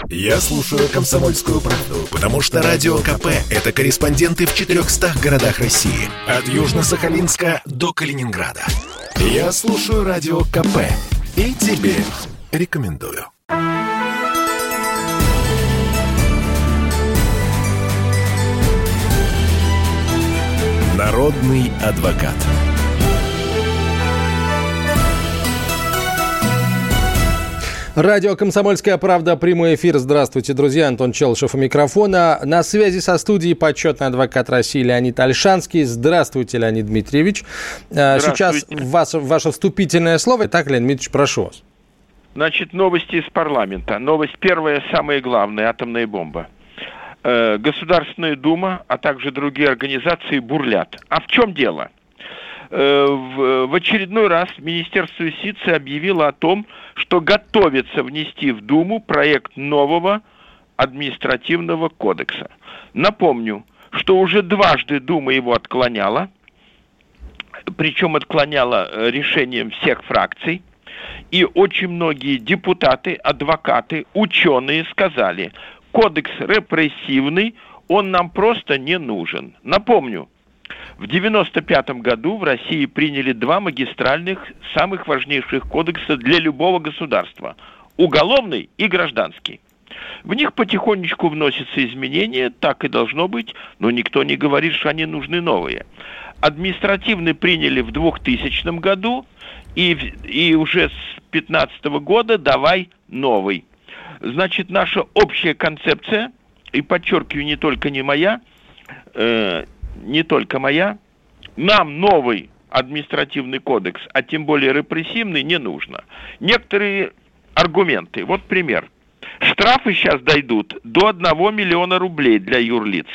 Я слушаю «Комсомольскую правду», потому что Радио КП – это корреспонденты в 400 городах России. От Южно-Сахалинска до Калининграда. Я слушаю Радио КП и тебе рекомендую. Народный адвокат. Радио «Комсомольская правда», прямой эфир. Здравствуйте, друзья. Антон Челышев у микрофона. На связи со студией почетный адвокат России Леонид Ольшанский. Здравствуйте, Леонид Дмитриевич. Сейчас ваше вступительное слово. Так, Леонид Дмитриевич, прошу вас. Значит, новости из парламента. Новость первая, самая главная, атомная бомба. Государственная Дума, а также другие организации бурлят. А в чем дело? В очередной раз Министерство юстиции объявило о том, что готовится внести в Думу проект нового административного кодекса. Напомню, что уже дважды Дума его отклоняла, причем отклоняла решением всех фракций, и очень многие депутаты, адвокаты, ученые сказали, кодекс репрессивный, он нам просто не нужен. Напомню, в 1995 году в России приняли два магистральных, самых важнейших кодекса для любого государства – уголовный и гражданский. В них потихонечку вносятся изменения, так и должно быть, но никто не говорит, что они нужны новые. Административный приняли в 2000 году, и уже с 2015 года давай новый. Значит, наша общая концепция, и подчеркиваю, не только моя, нам новый административный кодекс, а тем более репрессивный, не нужно. Некоторые аргументы. Вот пример. Штрафы сейчас дойдут до 1 миллиона рублей для юрлиц.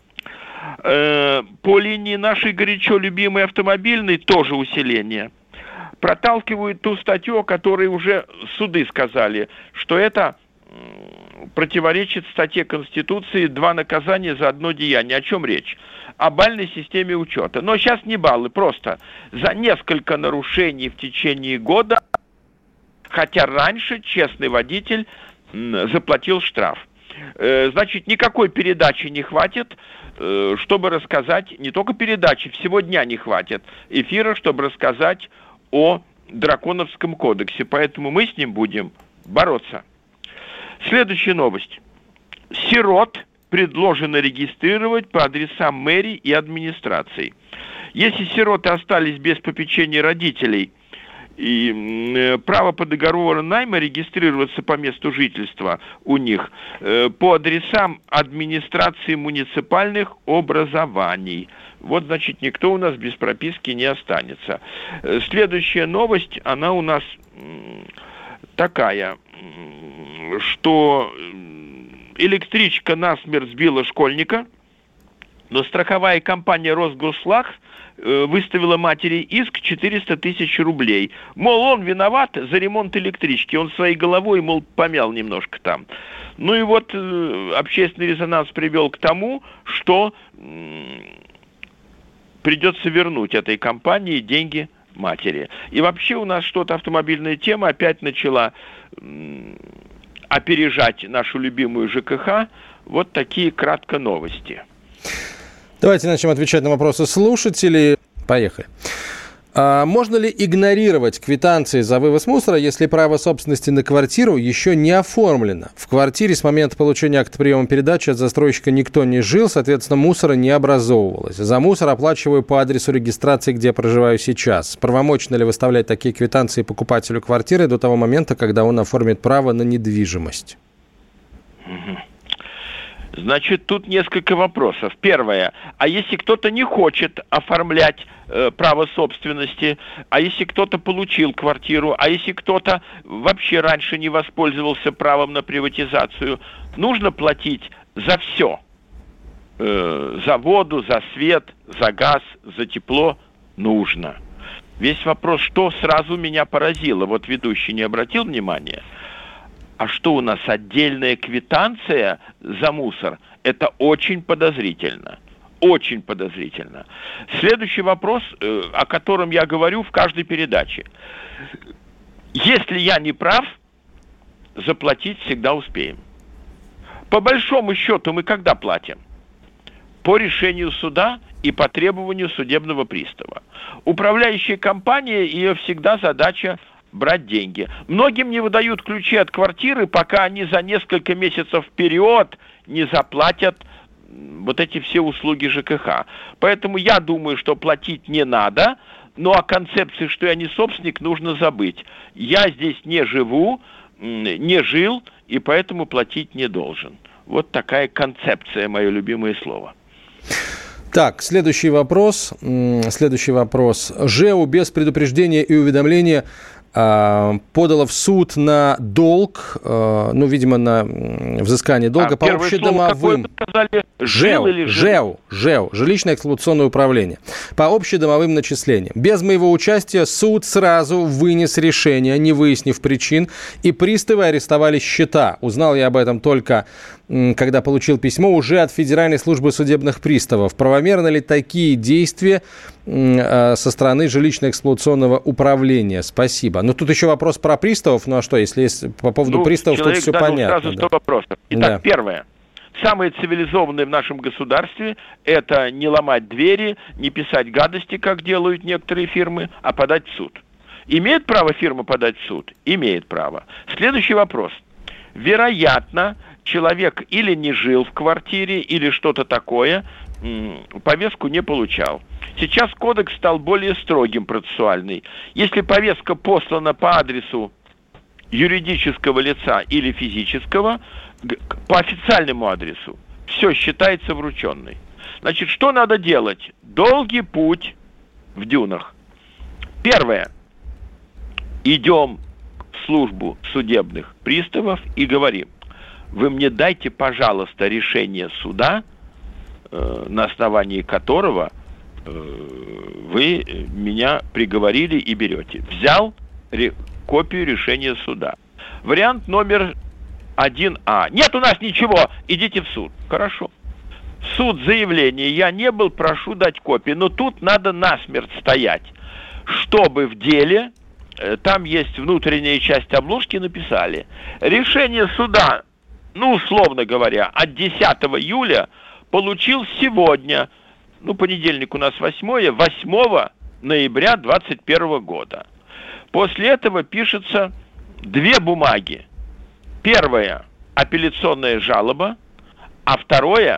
По линии нашей горячо любимой автомобильной тоже усиление. Проталкивают ту статью, о которой уже суды сказали, что это противоречит статье Конституции 2 наказания за одно деяние. О чем речь? О бальной системе учета. Но сейчас не баллы, просто за несколько нарушений в течение года, хотя раньше честный водитель заплатил штраф. Значит, никакой передачи не хватит, чтобы рассказать, не только передачи, всего дня не хватит эфира, чтобы рассказать о драконовском кодексе. Поэтому мы с ним будем бороться. Следующая новость. Сирот предложено регистрировать по адресам мэрий и администраций. Если сироты остались без попечения родителей, и право по договору найма регистрироваться по месту жительства у них по адресам администрации муниципальных образований. Вот, значит, никто у нас без прописки не останется. Следующая новость, она у нас такая, что электричка насмерть сбила школьника, но страховая компания «Росгослаг» выставила матери иск 400 тысяч рублей. Мол, он виноват за ремонт электрички, он своей головой, мол, помял немножко там. Ну и вот общественный резонанс привел к тому, что придется вернуть этой компании деньги матери. И вообще у нас что-то автомобильная тема опять начала опережать нашу любимую ЖКХ. Вот такие кратко новости. Давайте начнем отвечать на вопросы слушателей. Поехали. Можно ли игнорировать квитанции за вывоз мусора, если право собственности на квартиру еще не оформлено? В квартире с момента получения акта приема передачи от застройщика никто не жил, соответственно, мусора не образовывалось. За мусор оплачиваю по адресу регистрации, где проживаю сейчас. Правомочно ли выставлять такие квитанции покупателю квартиры до того момента, когда он оформит право на недвижимость? Значит, тут несколько вопросов. Первое. А если кто-то не хочет оформлять право собственности, а если кто-то получил квартиру, а если кто-то вообще раньше не воспользовался правом на приватизацию, нужно платить за все. За воду, за свет, за газ, за тепло нужно. Весь вопрос, что сразу меня поразило. Вот ведущий не обратил внимания. А что у нас отдельная квитанция за мусор? Это очень подозрительно. Очень подозрительно. Следующий вопрос, о котором я говорю в каждой передаче. Если я не прав, заплатить всегда успеем. По большому счету мы когда платим? По решению суда и по требованию судебного пристава. Управляющая компания, ее всегда задача брать деньги. Многим не выдают ключи от квартиры, пока они за несколько месяцев вперед не заплатят вот эти все услуги ЖКХ. Поэтому я думаю, что платить не надо, но о концепции, что я не собственник, нужно забыть. Я здесь не живу, не жил, и поэтому платить не должен. Вот такая концепция, мое любимое слово. Так, следующий вопрос. ЖЭУ без предупреждения и уведомления подала в суд на долг, видимо, на взыскание долга по общедомовым... ЖЭУ, жилищно-эксплуатационное управление, по общедомовым начислениям. Без моего участия суд сразу вынес решение, не выяснив причин, и приставы арестовали счета. Узнал я об этом только когда получил письмо уже от Федеральной службы судебных приставов. Правомерны ли такие действия со стороны жилищно-эксплуатационного управления? Спасибо. Но тут еще вопрос про приставов. Ну а что, если есть по поводу приставов, тут все понятно. Сразу 100 вопросов. Итак, первое. Самое цивилизованное в нашем государстве – это не ломать двери, не писать гадости, как делают некоторые фирмы, а подать в суд. Имеет право фирма подать в суд? Имеет право. Следующий вопрос. Вероятно, человек или не жил в квартире, или что-то такое, повестку не получал. Сейчас кодекс стал более строгим процессуальный. Если повестка послана по адресу юридического лица или физического, по официальному адресу, все считается врученной. Значит, что надо делать? Долгий путь в дюнах. Первое. Идем в службу судебных приставов и говорим: вы мне дайте, пожалуйста, решение суда, на основании которого вы меня приговорили и берете. Взял копию решения суда. Вариант номер 1А. Нет у нас ничего, идите в суд. Хорошо. Суд, заявление, я не был, прошу дать копию. Но тут надо насмерть стоять, чтобы в деле, там есть внутренняя часть обложки, написали: решение суда, условно говоря, от 10 июля получил сегодня, понедельник у нас 8 ноября 2021 года. После этого пишется две бумаги. Первое – апелляционная жалоба, а второе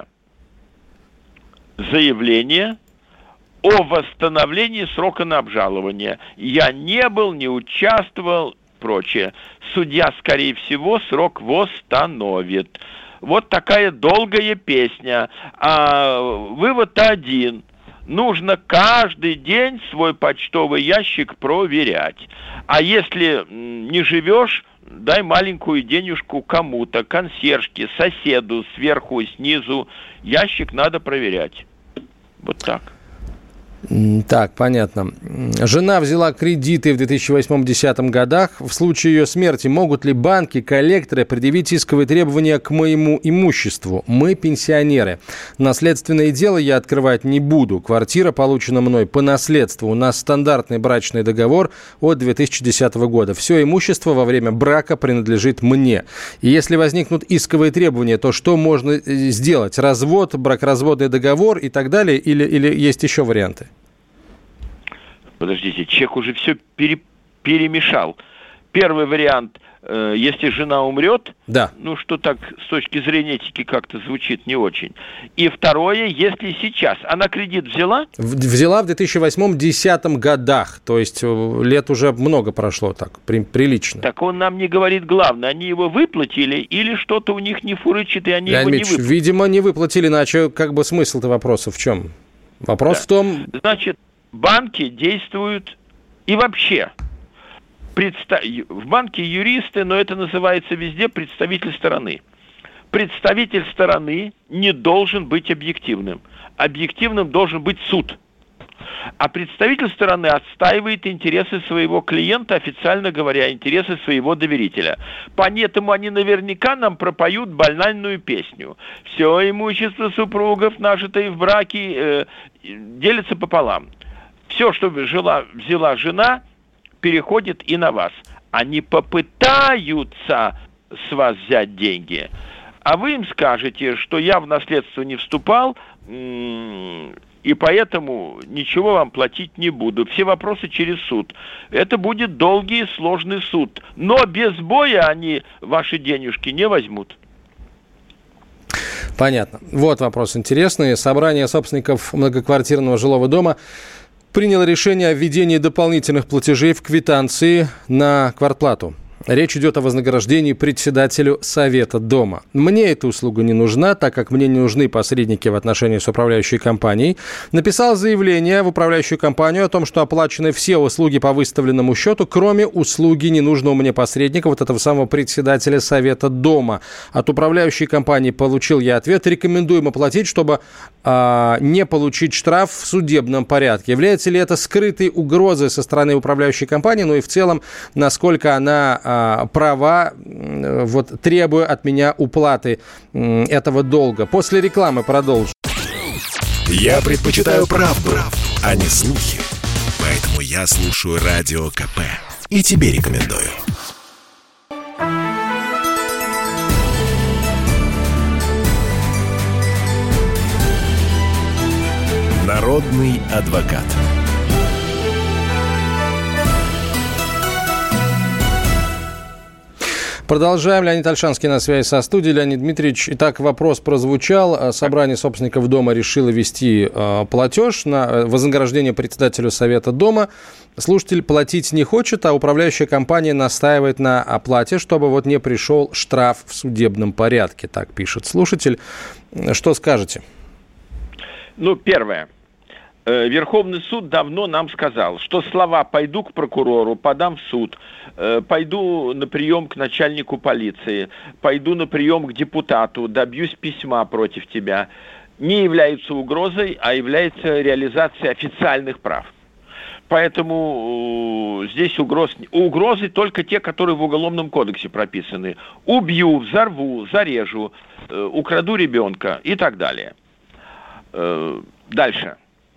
– заявление о восстановлении срока на обжалование. Я не был, не участвовал, прочее. Судья, скорее всего, срок восстановит. Вот такая долгая песня. А вывод один. Нужно каждый день свой почтовый ящик проверять. А если не живешь, дай маленькую денежку кому-то, консьержке, соседу, сверху, снизу. Ящик надо проверять. Вот так. Так, понятно. Жена взяла кредиты в 2008-2010 годах. В случае ее смерти могут ли банки, коллекторы предъявить исковые требования к моему имуществу? Мы пенсионеры. Наследственное дело я открывать не буду. Квартира получена мной по наследству. У нас стандартный брачный договор от 2010 года. Все имущество во время брака принадлежит мне. И если возникнут исковые требования, то что можно сделать? Развод, бракоразводный договор и так далее? Или есть еще варианты? Подождите, человек уже все перемешал. Первый вариант, если жена умрет, да. Что так с точки зрения этики как-то звучит не очень. И второе, если сейчас. Она кредит взяла? Взяла в 2008-2010 годах. То есть лет уже много прошло так, прилично. Так он нам не говорит главное. Они его выплатили или что-то у них не фурычит, и они Леонид его не выплатили? выплатили? Видимо, не выплатили, иначе смысл-то вопроса в чем? Вопрос в том... Значит, банки действуют и вообще. В банке юристы, но это называется везде представитель стороны. Представитель стороны не должен быть объективным. Объективным должен быть суд. А представитель стороны отстаивает интересы своего клиента, официально говоря, интересы своего доверителя. Поэтому они наверняка нам пропоют банальную песню. Все имущество супругов, нажитое в браке, делится пополам. Все, что взяла жена, переходит и на вас. Они попытаются с вас взять деньги. А вы им скажете, что я в наследство не вступал, и поэтому ничего вам платить не буду. Все вопросы через суд. Это будет долгий и сложный суд. Но без боя они ваши денежки не возьмут. Понятно. Вот вопрос интересный. Собрание собственников многоквартирного жилого дома приняло решение о введении дополнительных платежей в квитанции на квартплату. Речь идет о вознаграждении председателю Совета дома. Мне эта услуга не нужна, так как мне не нужны посредники в отношении с управляющей компанией. Написал заявление в управляющую компанию о том, что оплачены все услуги по выставленному счету, кроме услуги ненужного мне посредника, вот этого самого председателя Совета дома. От управляющей компании получил я ответ: рекомендуем оплатить, чтобы не получить штраф в судебном порядке. Является ли это скрытой угрозой со стороны управляющей компании, ну и в целом, насколько она права, вот, требуя от меня уплаты этого долга. После рекламы продолжим. Я предпочитаю правду, а не слухи. Поэтому я слушаю Радио КП. И тебе рекомендую. Народный адвокат. Продолжаем. Леонид Ольшанский на связи со студией. Леонид Дмитриевич, итак, вопрос прозвучал. Собрание собственников дома решило ввести платеж на вознаграждение председателю Совета дома. Слушатель платить не хочет, а управляющая компания настаивает на оплате, чтобы вот не пришел штраф в судебном порядке, так пишет слушатель. Что скажете? Ну, первое. Верховный суд давно нам сказал, что слова «пойду к прокурору», «подам в суд», «пойду на прием к начальнику полиции», «пойду на прием к депутату», «добьюсь письма против тебя» не являются угрозой, а является реализацией официальных прав. Поэтому здесь угрозы только те, которые в Уголовном кодексе прописаны. Убью, взорву, зарежу, украду ребенка и так далее. Дальше.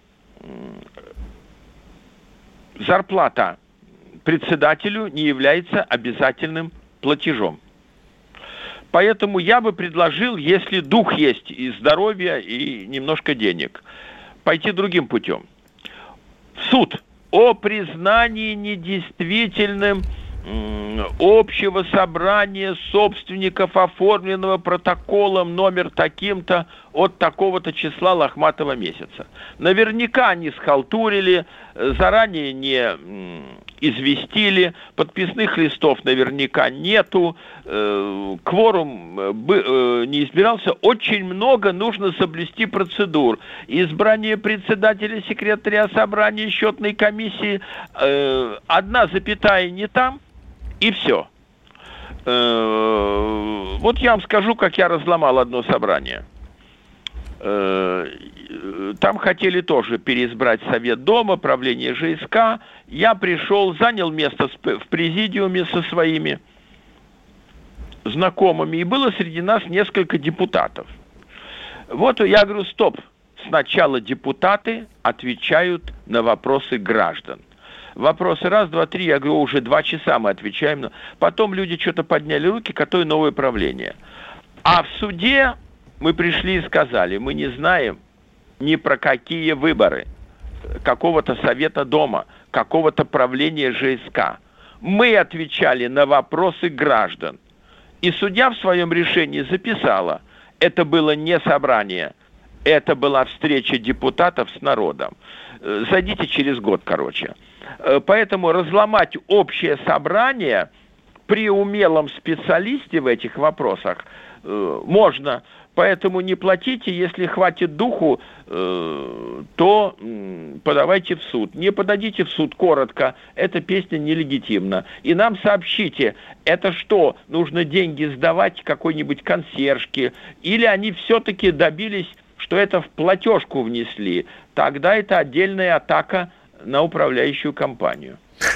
Зарплата председателю не является обязательным платежом. Поэтому я бы предложил, если дух есть и здоровье, и немножко денег, пойти другим путем. В суд о признании недействительным общего собрания собственников, оформленного протоколом номер таким-то от такого-то числа лохматого месяца. Наверняка они схалтурили, заранее не известили, подписных листов наверняка нету, кворум не избирался. Очень много нужно соблюсти процедур. Избрание председателя, секретаря собрания, счетной комиссии, одна запятая не там, и все. Вот я вам скажу, как я разломал одно собрание. Там хотели тоже переизбрать Совет дома, правление ЖСК. Я пришел, занял место в президиуме со своими знакомыми, и было среди нас несколько депутатов. Вот я говорю: стоп, сначала депутаты отвечают на вопросы граждан. Вопросы раз, два, три, я говорю, уже 2 часа мы отвечаем. Потом люди что-то подняли руки, какое новое правление. А в суде мы пришли и сказали: мы не знаем ни про какие выборы какого-то Совета дома, какого-то правления ЖСК. Мы отвечали на вопросы граждан. И судья в своем решении записала: это было не собрание, это была встреча депутатов с народом. Зайдите через год, короче. Поэтому разломать общее собрание при умелом специалисте в этих вопросах можно. Поэтому не платите, если хватит духу, то подавайте в суд. Не подадите в суд коротко, эта песня нелегитимна. И нам сообщите, это что, нужно деньги сдавать какой-нибудь консьержке, или они все-таки добились, что это в платежку внесли. Тогда это отдельная атака на управляющую компанию.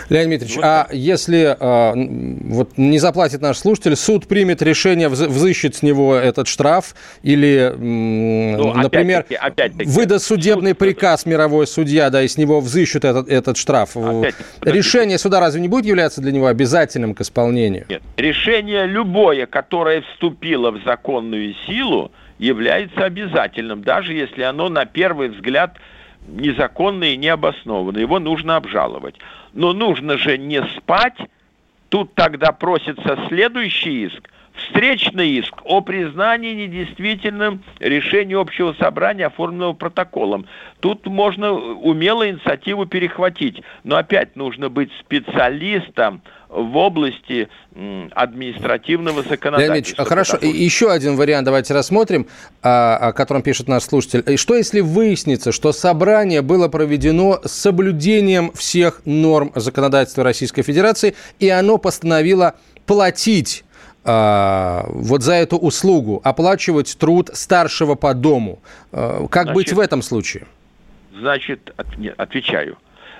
Леонид Дмитриевич, а если вот не заплатит наш слушатель, суд примет решение, взыщет с него этот штраф или, например, опять-таки, выдаст судебный приказ мировой судья, да, и с него взыщут этот штраф. Решение суда разве не будет являться для него обязательным к исполнению? Нет. Решение любое, которое вступило в законную силу, является обязательным, даже если оно на первый взгляд незаконное и необоснованное. Его нужно обжаловать. Но нужно же не спать. Тут тогда просится следующий иск. Встречный иск о признании недействительным решения общего собрания, оформленного протоколом. Тут можно умело инициативу перехватить. Но опять нужно быть специалистом в области административного законодательства. Хорошо, еще один вариант давайте рассмотрим, о котором пишет наш слушатель. Что если выяснится, что собрание было проведено с соблюдением всех норм законодательства Российской Федерации, и оно постановило платить вот за эту услугу, оплачивать труд старшего по дому? Как быть в этом случае? Значит, отвечаю.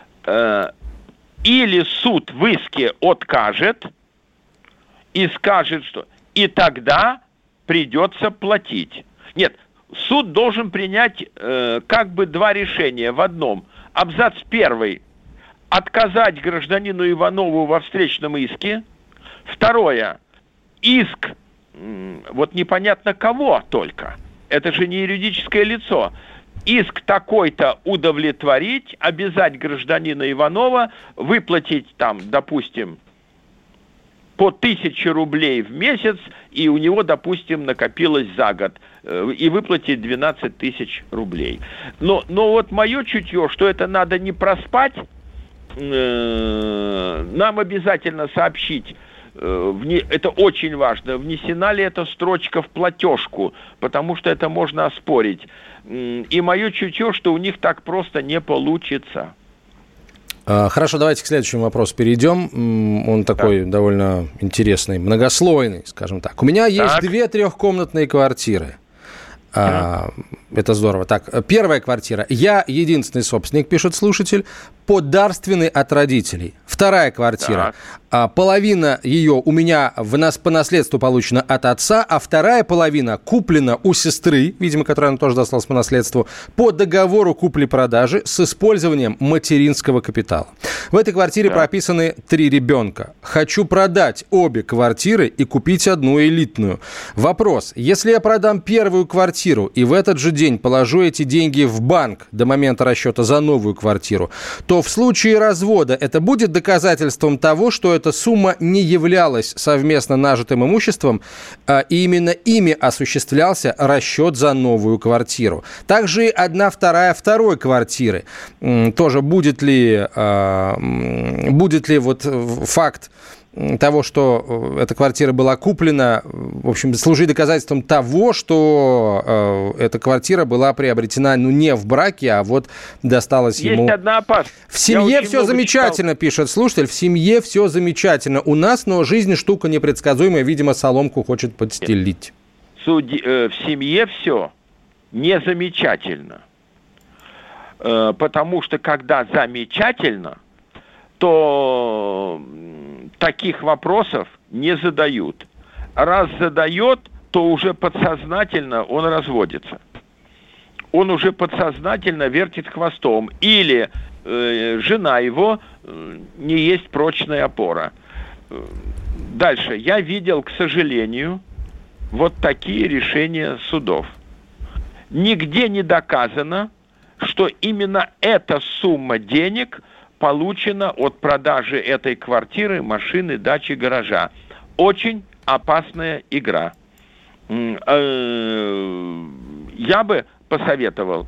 Или суд в иске откажет и скажет, что и тогда придется платить. Нет, суд должен принять как бы два решения в одном. Абзац первый – отказать гражданину Иванову во встречном иске. Второе – иск, вот непонятно кого только, это же не юридическое лицо, иск такой-то удовлетворить, обязать гражданина Иванова выплатить там, допустим, по 1000 рублей в месяц, и у него, допустим, накопилось за год, и выплатить 12 тысяч рублей. Но вот мое чутье, что это надо не проспать, нам обязательно сообщить, это очень важно, внесена ли эта строчка в платежку, потому что это можно оспорить. И мое чутье, что у них так просто не получится. Хорошо, давайте к следующему вопросу перейдем. Он такой довольно интересный, многослойный, скажем так. У меня есть 2 трехкомнатные квартиры. Это здорово. Так, первая квартира. Я единственный собственник, пишет слушатель, подарственный от родителей. Вторая квартира. Половина ее у меня по наследству получена от отца, а вторая половина куплена у сестры, видимо, которая она тоже досталась по наследству, по договору купли-продажи с использованием материнского капитала. В этой квартире прописаны 3 ребенка. Хочу продать обе квартиры и купить одну элитную. Вопрос. Если я продам первую квартиру и в этот же день положу эти деньги в банк до момента расчета за новую квартиру, то в случае развода это будет доказательством того, что эта сумма не являлась совместно нажитым имуществом, и именно ими осуществлялся расчет за новую квартиру. Также и 1/2 второй квартиры. Тоже будет ли вот факт того, что эта квартира была куплена, в общем, служить доказательством того, что эта квартира была приобретена, не в браке, а вот досталась ему. Есть одна опасность. В семье все замечательно, пишет слушатель, в семье все замечательно у нас, но жизнь штука непредсказуемая, видимо, соломку хочет подстелить. В семье все не замечательно, потому что когда замечательно, то таких вопросов не задают. Раз задает, то уже подсознательно он разводится. Он уже подсознательно вертит хвостом. Или жена его не есть прочная опора. Дальше. Я видел, к сожалению, вот такие решения судов. Нигде не доказано, что именно эта сумма денег получено от продажи этой квартиры, машины, дачи, гаража. Очень опасная игра. Я бы посоветовал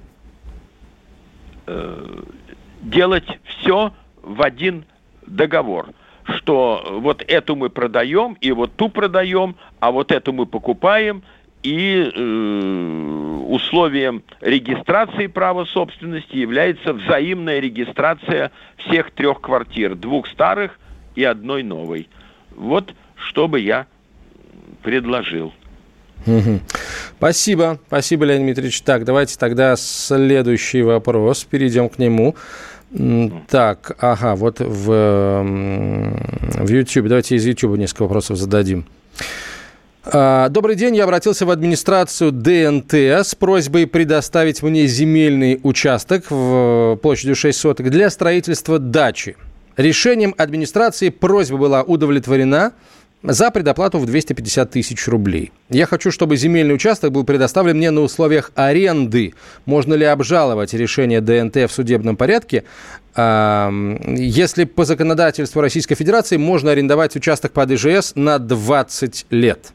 делать все в один договор, что вот эту мы продаем, и вот ту продаем, а вот эту мы покупаем, и условием регистрации права собственности является взаимная регистрация всех 3 квартир, 2 старых и 1 новой. Вот что бы я предложил. Спасибо. Спасибо, Леонид Дмитриевич. Так, давайте тогда следующий вопрос. Перейдем к нему. Так, вот в YouTube. Давайте из YouTube несколько вопросов зададим. Добрый день, я обратился в администрацию ДНТ с просьбой предоставить мне земельный участок площадью 6 соток для строительства дачи. Решением администрации просьба была удовлетворена за предоплату в 250 тысяч рублей. Я хочу, чтобы земельный участок был предоставлен мне на условиях аренды. Можно ли обжаловать решение ДНТ в судебном порядке, если по законодательству Российской Федерации можно арендовать участок под ИЖС на 20 лет?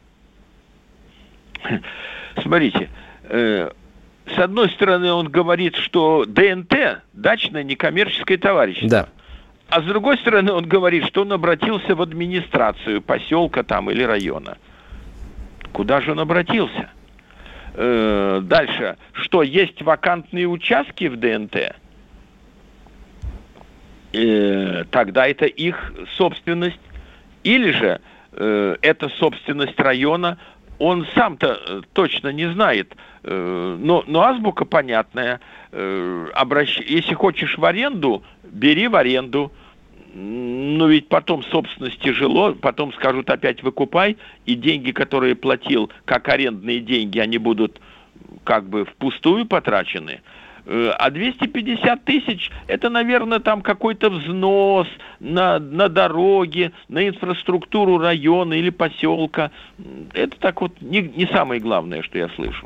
Смотрите, с одной стороны, он говорит, что ДНТ – дачное некоммерческое товарищество. Да. А с другой стороны, он говорит, что он обратился в администрацию поселка там или района. Куда же он обратился? Дальше. Что, есть вакантные участки в ДНТ? Тогда это их собственность. Или же это собственность района. Он сам-то точно не знает, но азбука понятная. Если хочешь в аренду, бери в аренду. Но ведь потом собственность тяжело, потом скажут опять выкупай, и деньги, которые платил как арендные деньги, они будут как бы впустую потрачены. А 250 тысяч – это, наверное, там какой-то взнос на дороги, на инфраструктуру района или поселка. Это так вот не самое главное, что я слышу.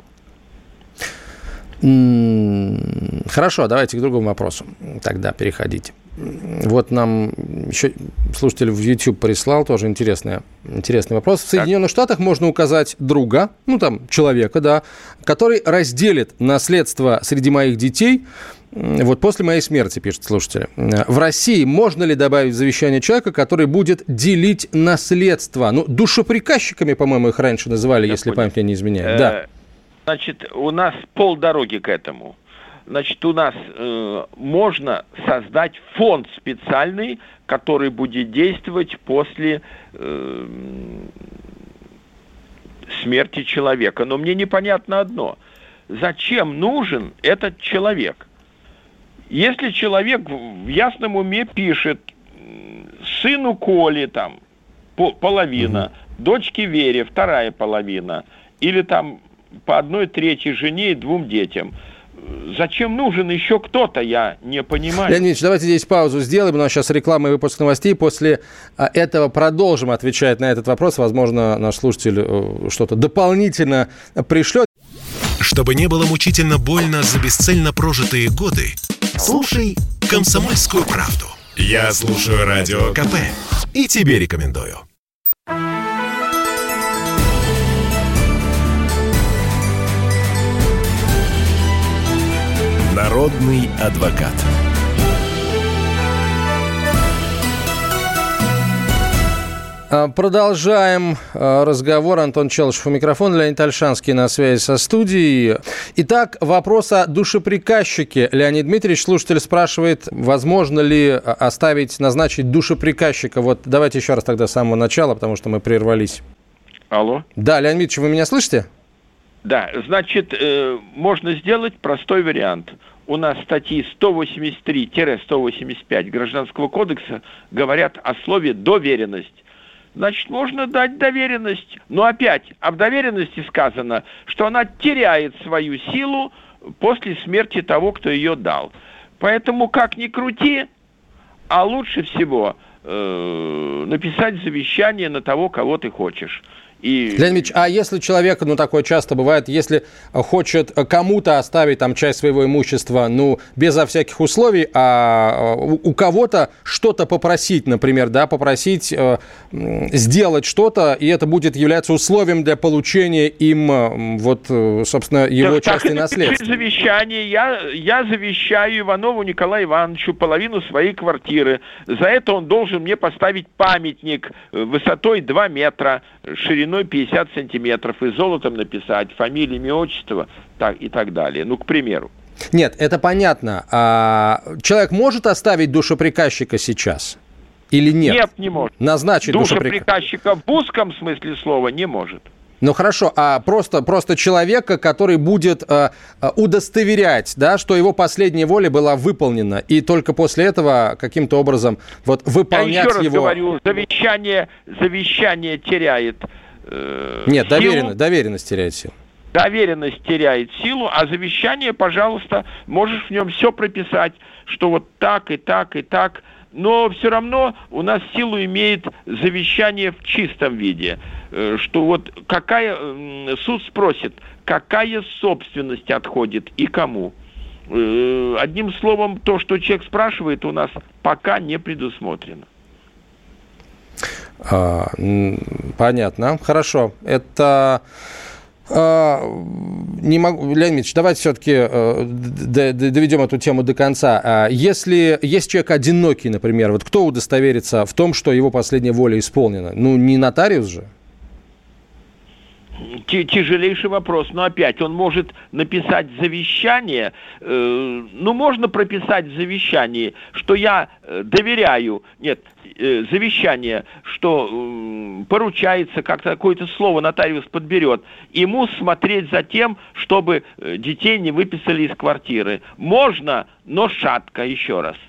Хорошо, давайте к другому вопросу тогда переходить. Вот нам еще слушатель в YouTube прислал тоже интересный вопрос. В Соединенных Штатах можно указать друга, человека, да, который разделит наследство среди моих детей вот после моей смерти, пишет слушатель. В России можно ли добавить в завещание человека, который будет делить наследство? Душеприказчиками, по-моему, их раньше называли, если память мне не изменяет. Да. Значит, у нас полдороги к этому. Значит, у нас можно создать фонд специальный, который будет действовать после смерти человека. Но мне непонятно одно. Зачем нужен этот человек? Если человек в ясном уме пишет сыну Коле там половина, дочке Вере вторая половина, или там по 1/3 жене и 2 детям, зачем нужен еще кто-то, я не понимаю. Леонид Ильич, давайте здесь паузу сделаем. У нас сейчас реклама и выпуск новостей. После этого продолжим отвечать на этот вопрос. Возможно, наш слушатель что-то дополнительно пришлет. Чтобы не было мучительно больно за бесцельно прожитые годы, слушай «Комсомольскую правду». Я слушаю Радио КП и тебе рекомендую. Народный адвокат. Продолжаем разговор. Антон Челышев у микрофона, Леонид Ольшанский на связи со студией. Итак, вопрос о душеприказчике. Леонид Дмитриевич, слушатель спрашивает, возможно ли назначить душеприказчика. Вот давайте еще раз тогда с самого начала, потому что мы прервались. Алло. Да, Леонид Дмитриевич, вы меня слышите? Да, значит, можно сделать простой вариант. У нас статьи 183-185 Гражданского кодекса говорят о слове «доверенность». Значит, можно дать доверенность. Но опять, в доверенности сказано, что она теряет свою силу после смерти того, кто ее дал. Поэтому, как ни крути, а лучше всего написать завещание на того, кого ты хочешь. Леонид Ильич, а если человек, такое часто бывает, если хочет кому-то оставить там часть своего имущества, безо всяких условий, а у кого-то что-то попросить, например, попросить сделать что-то, и это будет являться условием для получения им, собственно, его части наследства. Завещание. Я завещаю Иванову Николаю Ивановичу половину своей квартиры. За это он должен мне поставить памятник высотой 2 метра, шириной 50 сантиметров, и золотом написать фамилию, имя, отчество и так далее. К примеру. Нет, это понятно. А человек может оставить душеприказчика сейчас или нет? Нет, не может. Назначить душеприказчика в узком смысле слова не может. Ну хорошо, а просто человека, который будет удостоверять, да, что его последняя воля была выполнена, и только после этого каким-то образом вот выполнять его... Я еще раз говорю, завещание теряет Нет, силу. Доверенность теряет силу. Доверенность теряет силу, а завещание, пожалуйста, можешь в нем все прописать, что вот так и так и так. Но все равно у нас силу имеет завещание в чистом виде, что вот суд спросит, какая собственность отходит и кому. Одним словом, то, что человек спрашивает, у нас пока не предусмотрено. Понятно, хорошо. Это... Не могу, Леонид Ильич, давайте все-таки доведем эту тему до конца. Если есть человек одинокий, например, вот кто удостоверится в том, что его последняя воля исполнена? Ну, не нотариус же? Тяжелейший вопрос, но опять он может написать завещание, можно прописать в завещании, что я доверяю, завещание, что поручается, как-то какое-то слово нотариус подберет, ему смотреть за тем, чтобы детей не выписали из квартиры. Можно, но шатко, еще раз.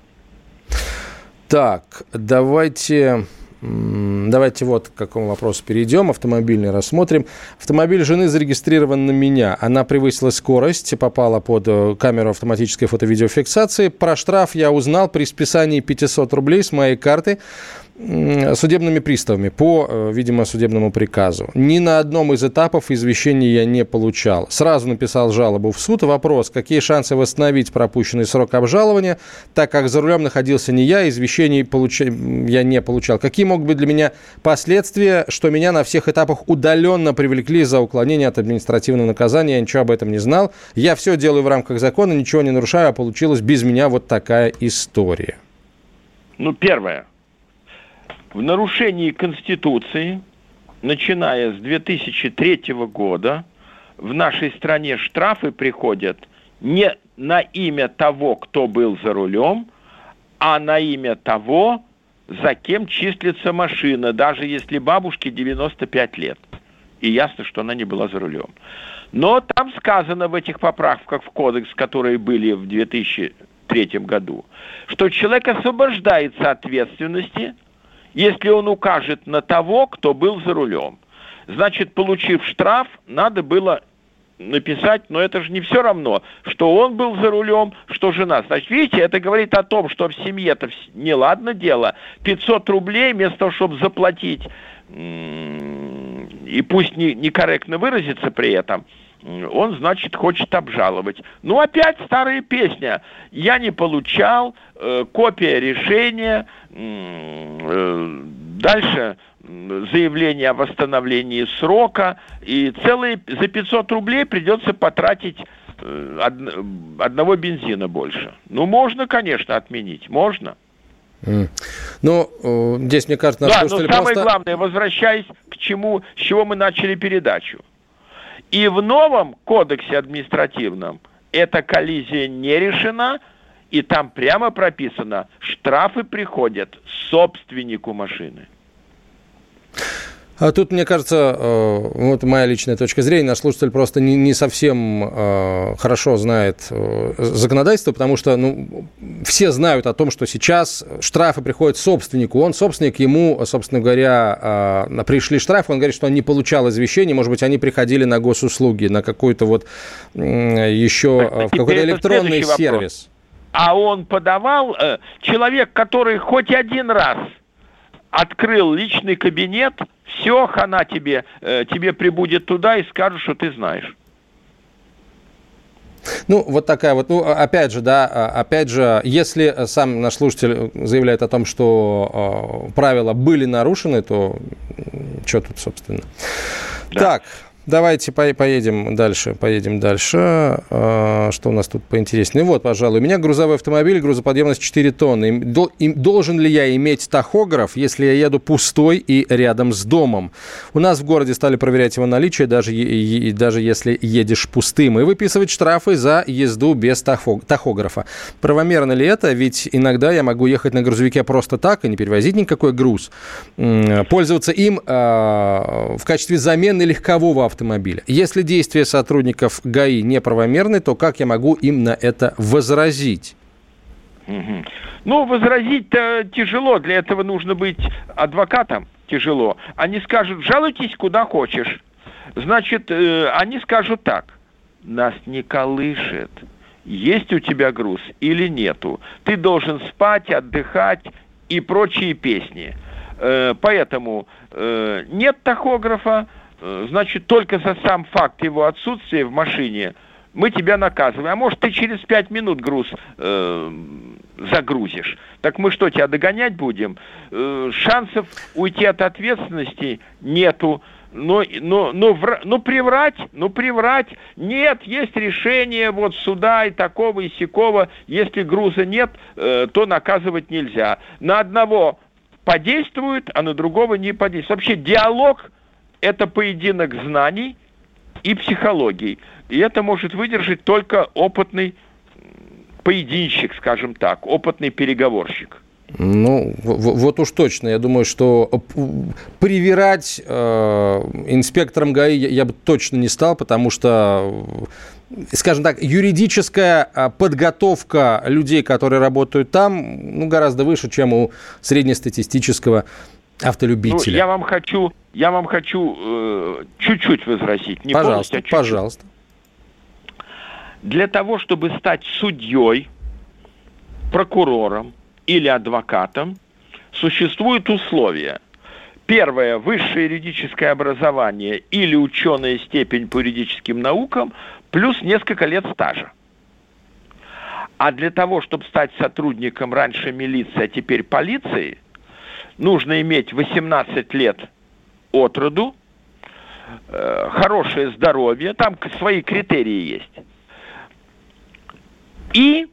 Так, давайте вот к какому вопросу перейдем. Автомобильный рассмотрим. Автомобиль жены зарегистрирован на меня. Она превысила скорость, попала под камеру автоматической фото-видеофиксации. Про штраф я узнал при списании 500 рублей с моей карты судебными приставами по, видимо, судебному приказу. Ни на одном из этапов извещения я не получал. Сразу написал жалобу в суд. Вопрос, какие шансы восстановить пропущенный срок обжалования, так как за рулем находился не я, извещений я не получал. Какие могут быть для меня последствия, что меня на всех этапах удаленно привлекли за уклонение от административного наказания? Я ничего об этом не знал. Я все делаю в рамках закона, ничего не нарушаю, а получилась без меня вот такая история. Первое. В нарушении Конституции, начиная с 2003 года, в нашей стране штрафы приходят не на имя того, кто был за рулем, а на имя того, за кем числится машина, даже если бабушке 95 лет. И ясно, что она не была за рулем. Но там сказано в этих поправках в кодекс, которые были в 2003 году, что человек освобождается от ответственности, если он укажет на того, кто был за рулем. Значит, получив штраф, надо было написать, но это же не все равно, что он был за рулем, что жена. Значит, видите, это говорит о том, что в семье-то неладно дело. 500 рублей вместо того, чтобы заплатить, и пусть некорректно выразиться при этом, он, значит, хочет обжаловать. Опять старая песня. Я не получал, копия решения, дальше заявление о восстановлении срока, и за 500 рублей придется потратить одного бензина больше. Можно, конечно, отменить, можно. Здесь, мне кажется, но самое главное, возвращаясь к чему, с чего мы начали передачу. И в новом кодексе административном эта коллизия не решена, и там прямо прописано, штрафы приходят собственнику машины. А тут, мне кажется, вот моя личная точка зрения, наш слушатель просто не совсем хорошо знает законодательство, потому что все знают о том, что сейчас штрафы приходят собственнику. Он собственник, ему, собственно говоря, пришли штрафы, он говорит, что он не получал извещений, может быть, они приходили на госуслуги, на какой-то вот еще в какой-то электронный сервис. А он подавал, человек, который хоть один раз открыл личный кабинет, все, хана тебе прибудет туда и скажут, что ты знаешь. Вот такая вот, опять же, если сам наш слушатель заявляет о том, что правила были нарушены, то что тут, собственно? Да. Так. Давайте поедем дальше. Что у нас тут поинтереснее? Вот, пожалуй. У меня грузовой автомобиль, грузоподъемность 4 тонны. Должен ли я иметь тахограф, если я еду пустой и рядом с домом? У нас в городе стали проверять его наличие, даже если едешь пустым, и выписывать штрафы за езду без тахографа. Правомерно ли это? Ведь иногда я могу ехать на грузовике просто так и не перевозить никакой груз. Пользоваться им в качестве замены легкового автомобиля. Если действия сотрудников ГАИ неправомерны, то как я могу им на это возразить? Ну, возразить-то тяжело. Для этого нужно быть адвокатом. Тяжело. Они скажут, жалуйтесь куда хочешь. Значит, они скажут так. Нас не колышет, есть у тебя груз или нету. Ты должен спать, отдыхать и прочие песни. Поэтому нет тахографа, значит, только за сам факт его отсутствия в машине мы тебя наказываем. А может, ты через 5 минут груз загрузишь. Так мы что, тебя догонять будем? Шансов уйти от ответственности нету. Но приврать, нет, есть решение вот суда и такого, и сякого. Если груза нет, то наказывать нельзя. На одного подействует, а на другого не подействует. Вообще диалог – это поединок знаний и психологии. И это может выдержать только опытный поединщик, скажем так, опытный переговорщик. Ну, вот уж точно. Я думаю, что привирать инспекторам ГАИ я бы точно не стал, потому что, скажем так, юридическая подготовка людей, которые работают там, гораздо выше, чем у среднестатистического автолюбителя. Я вам хочу чуть-чуть возразить. Не пожалуйста, полностью, а чуть-чуть. Пожалуйста. Для того, чтобы стать судьей, прокурором или адвокатом, существуют условия. Первое – высшее юридическое образование или ученая степень по юридическим наукам плюс несколько лет стажа. А для того, чтобы стать сотрудником раньше милиции, а теперь полиции, нужно иметь 18 лет от роду, хорошее здоровье, там свои критерии есть. И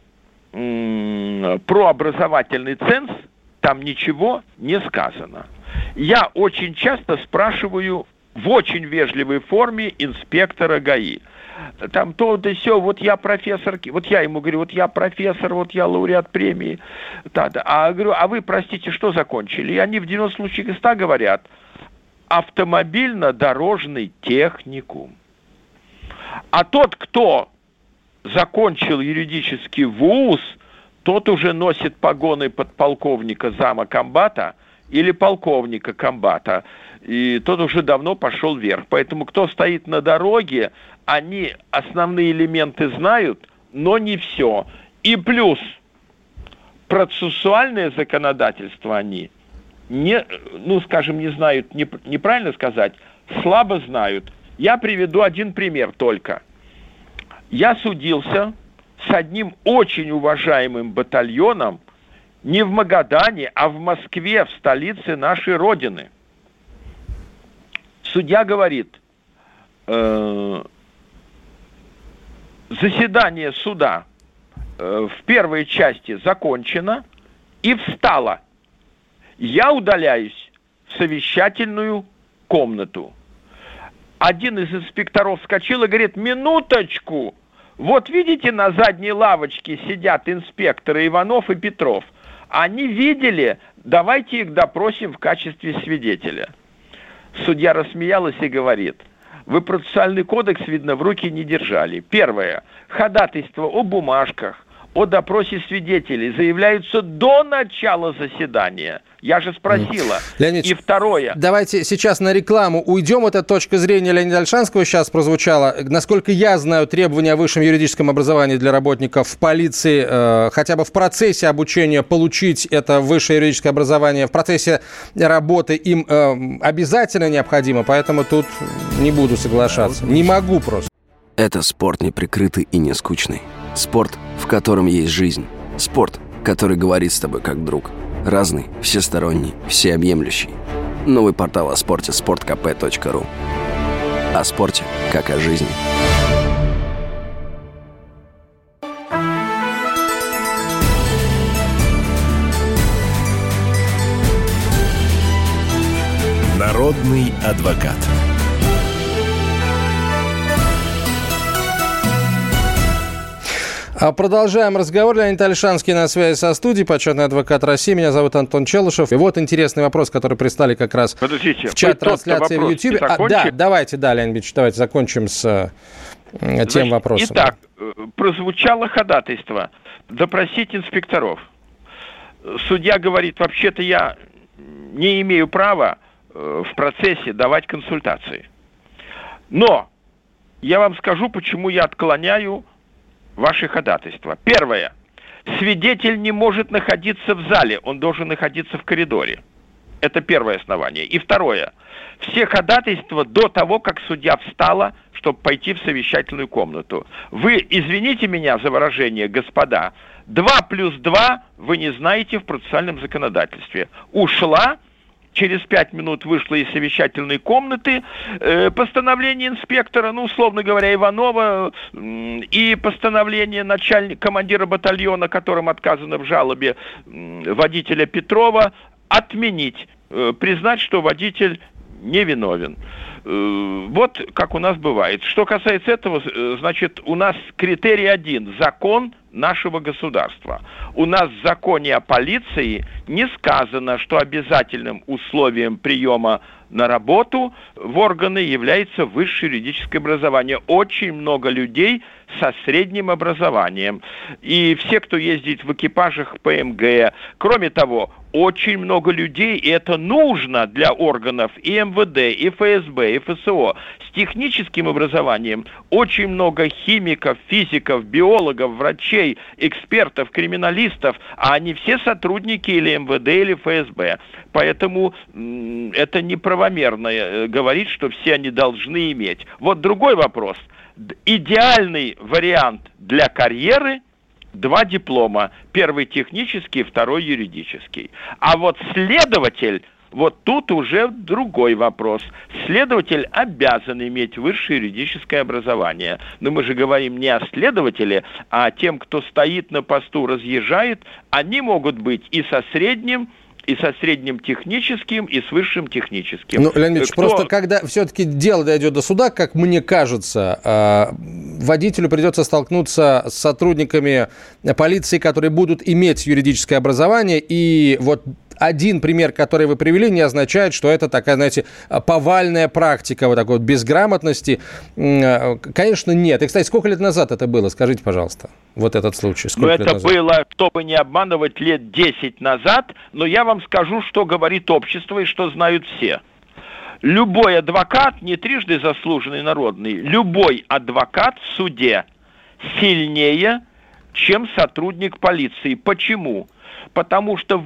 про образовательный ценз там ничего не сказано. Я очень часто спрашиваю в очень вежливой форме инспектора ГАИ. Там то да сё, вот я профессор, вот я ему говорю, вот я профессор, вот я лауреат премии. Да. А говорю, а вы, простите, что закончили? И они в 90 случаях из 100 говорят, автомобильно-дорожный техникум. А тот, кто закончил юридический вуз, тот уже носит погоны подполковника зама комбата или полковника комбата. И тот уже давно пошел вверх. Поэтому кто стоит на дороге, они основные элементы знают, но не все. И плюс процессуальное законодательство они не знают, неправильно сказать, слабо знают. Я приведу один пример только. Я судился с одним очень уважаемым батальоном не в Магадане, а в Москве, в столице нашей Родины. Судья говорит, заседание суда в первой части закончено и встало. Я удаляюсь в совещательную комнату. Один из инспекторов вскочил и говорит, минуточку, вот видите, на задней лавочке сидят инспекторы Иванов и Петров. Они видели, давайте их допросим в качестве свидетеля. Судья рассмеялась и говорит, вы процессуальный кодекс, видно, в руки не держали. Первое. Ходатайство о бумажках, о допросе свидетелей заявляются до начала заседания. Я же спросила. Леонид, и второе. Давайте сейчас на рекламу уйдем. Эта точка зрения Леонида Ольшанского сейчас прозвучала. Насколько я знаю, требования о высшем юридическом образовании для работников в полиции, хотя бы в процессе обучения получить это высшее юридическое образование, в процессе работы им обязательно необходимо, поэтому тут не буду соглашаться. Не могу просто. Это спорт неприкрытый и не скучный. Спорт, в котором есть жизнь. Спорт, который говорит с тобой как друг. Разный, всесторонний, всеобъемлющий. Новый портал о спорте – sportkp.ru. О спорте, как о жизни. Народный адвокат. Продолжаем разговор. Леонид Ольшанский на связи со студией, почетный адвокат России. Меня зовут Антон Челышев. И вот интересный вопрос, который прислали как раз в чат трансляции в YouTube. Давайте, Леонид Ильич, давайте закончим с тем вопросом. Итак, прозвучало ходатайство допросить инспекторов. Судья говорит, вообще-то я не имею права в процессе давать консультации. Но я вам скажу, почему я отклоняю ваше ходатайство. Первое. Свидетель не может находиться в зале, он должен находиться в коридоре. Это первое основание. И второе. Все ходатайства до того, как судья встала, чтобы пойти в совещательную комнату. Вы извините меня за выражение, господа, 2 плюс 2 вы не знаете в процессуальном законодательстве. Ушла, через 5 минут вышла из совещательной комнаты, постановление инспектора, условно говоря, Иванова, и постановление командира батальона, которым отказано в жалобе водителя Петрова, отменить, признать, что водитель невиновен. Вот как у нас бывает. Что касается этого, значит, у нас критерий один – закон нашего государства. У нас в законе о полиции не сказано, что обязательным условием приема на работу в органы является высшее юридическое образование. Очень много людей со средним образованием. И все, кто ездит в экипажах ПМГ. Кроме того, очень много людей, и это нужно для органов и МВД, и ФСБ, и ФСО, с техническим образованием. Очень много химиков, физиков, биологов, врачей, экспертов, криминалистов, а они все сотрудники или МВД, или ФСБ. Поэтому это неправомерно говорить, что все они должны иметь. Вот другой вопрос. Идеальный вариант для карьеры – 2 диплома. Первый технический, второй юридический. А вот следователь, вот тут уже другой вопрос. Следователь обязан иметь высшее юридическое образование. Но мы же говорим не о следователе, а о тем, кто стоит на посту, разъезжает. Они могут быть и со средним техническим, и с высшим техническим. Леонид Ильич, просто когда все-таки дело дойдет до суда, как мне кажется, водителю придется столкнуться с сотрудниками полиции, которые будут иметь юридическое образование, и вот один пример, который вы привели, не означает, что это такая, знаете, повальная практика вот такой вот безграмотности. Конечно, нет. И, кстати, сколько лет назад это было? Скажите, пожалуйста, вот этот случай. Это было, чтобы не обманывать, лет 10 назад, но я вам скажу, что говорит общество и что знают все. Любой адвокат, не трижды заслуженный народный, любой адвокат в суде сильнее, чем сотрудник полиции. Почему? Потому что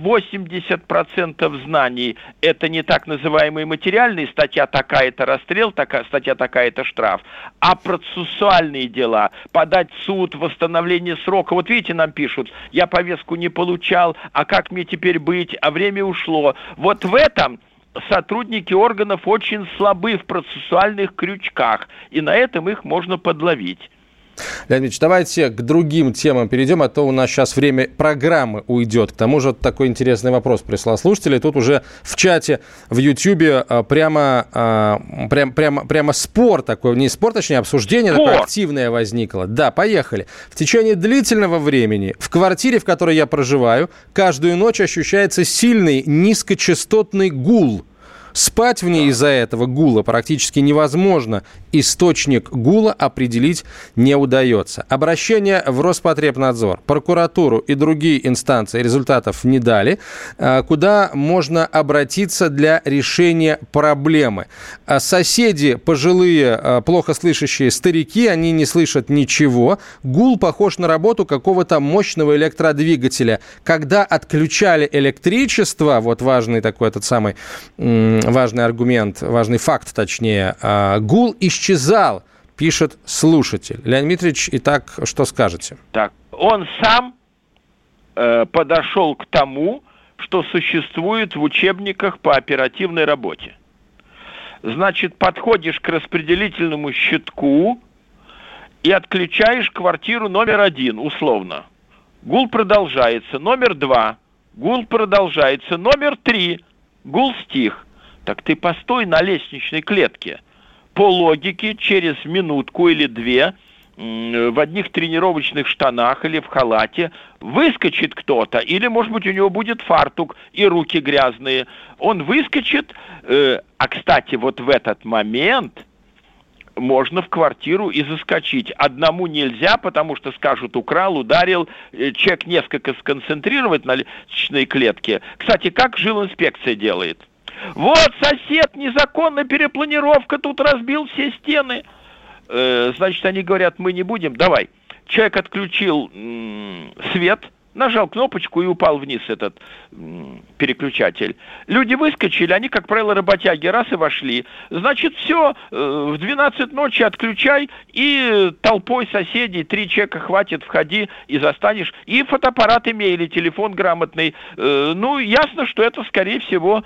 80% знаний – это не так называемые материальные, статья такая-то расстрел, статья такая-то штраф, а процессуальные дела, подать в суд, восстановление срока. Вот видите, нам пишут, я повестку не получал, а как мне теперь быть, а время ушло. Вот в этом сотрудники органов очень слабы в процессуальных крючках, и на этом их можно подловить. Леонид Ильич, давайте к другим темам перейдем, а то у нас сейчас время программы уйдет. К тому же такой интересный вопрос прислал слушатель. Тут уже в чате в Ютьюбе прямо спор такой, не спор, точнее обсуждение такое активное возникло. Да, поехали. В течение длительного времени в квартире, в которой я проживаю, каждую ночь ощущается сильный низкочастотный гул. Спать в ней из-за этого гула практически невозможно. Источник гула определить не удается. Обращение в Роспотребнадзор, прокуратуру и другие инстанции результатов не дали. Куда можно обратиться для решения проблемы? Соседи, пожилые, плохо слышащие старики, они не слышат ничего. Гул похож на работу какого-то мощного электродвигателя. Когда отключали электричество, вот важный такой этот самый важный аргумент, важный факт, точнее, гул исчезал, пишет слушатель. Леонид Дмитриевич, итак, что скажете? Так, он сам подошел к тому, что существует в учебниках по оперативной работе. Значит, подходишь к распределительному щитку и отключаешь квартиру номер 1, условно. Гул продолжается. Номер 2. Гул продолжается. Номер 3. Гул стих. Так ты постой на лестничной клетке. По логике, через минутку или две в одних тренировочных штанах или в халате выскочит кто-то, или, может быть, у него будет фартук и руки грязные. Он выскочит, а, кстати, вот в этот момент можно в квартиру и заскочить. Одному нельзя, потому что скажут, украл, ударил, человек несколько сконцентрировать на лестничной клетке. Кстати, как жилинспекция делает? Вот сосед, незаконная перепланировка, тут разбил все стены. Значит, они говорят, мы не будем, давай. Человек отключил свет, нажал кнопочку и упал вниз этот переключатель. Люди выскочили, они, как правило, работяги, раз и вошли. Значит, все, в 12 ночи отключай, и толпой соседей, 3 человека хватит, входи и застанешь. И фотоаппарат имей, или телефон грамотный. Ну, ясно, что это, скорее всего,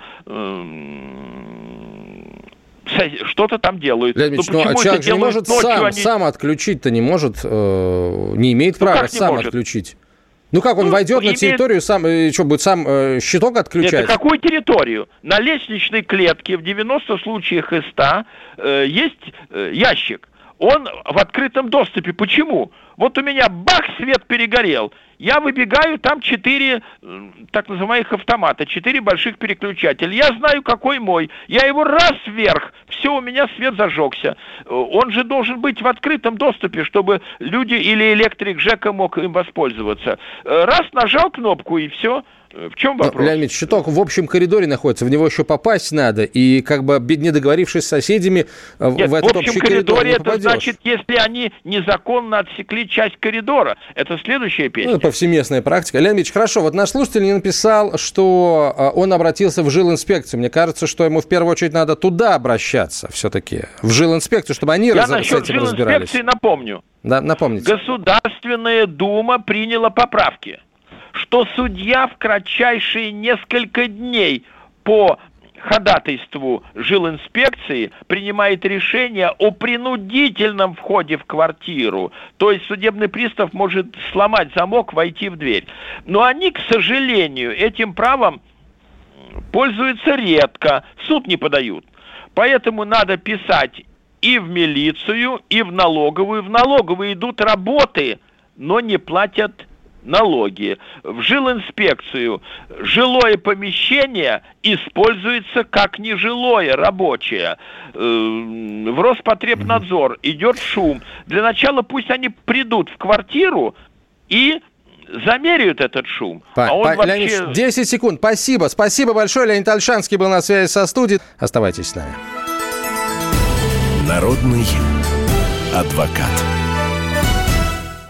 что-то там делают. Леонид Ильич, а человек же не может сам отключить-то не может, не имеет права сам отключить. Ну как, он войдет на территорию, сам, что, будет сам щиток отключать? Нет, какую территорию? На лестничной клетке в 90 случаях из 100 есть ящик. Он в открытом доступе. Почему? Вот у меня бах, свет перегорел. Я выбегаю, там 4 так называемых автомата, 4 больших переключателя. Я знаю, какой мой. Я его раз вверх, все, у меня свет зажегся. Он же должен быть в открытом доступе, чтобы люди или электрик ЖЭКа мог им воспользоваться. Раз нажал кнопку и все. В чем вопрос? Леонид, щиток в общем коридоре находится, в него еще попасть надо, и как бы не договорившись с соседями, нет, в этот общий коридор не попадешь. Это значит, если они незаконно отсекли часть коридора. Это следующая песня. Ну, повсеместная практика. Леонид Ильич, хорошо, вот наш слушатель мне написал, что он обратился в жилинспекцию. Мне кажется, что ему в первую очередь надо туда обращаться все-таки, в жилинспекцию, чтобы они с этим разбирались. Я насчет жилинспекции напомню. Да, напомните. Государственная Дума приняла поправки, что судья в кратчайшие несколько дней по ходатайству жилинспекции принимает решение о принудительном входе в квартиру. То есть судебный пристав может сломать замок, войти в дверь. Но они, к сожалению, этим правом пользуются редко, в суд не подают. Поэтому надо писать и в милицию, и в налоговую. В налоговую идут работы, но не платят налоги. В жилинспекцию жилое помещение используется как нежилое, рабочее. В Роспотребнадзор идет шум. Для начала пусть они придут в квартиру и замеряют этот шум. Леонид, 10 секунд. Спасибо. Спасибо большое. Леонид Ольшанский был на связи со студией. Оставайтесь с нами. Народный адвокат.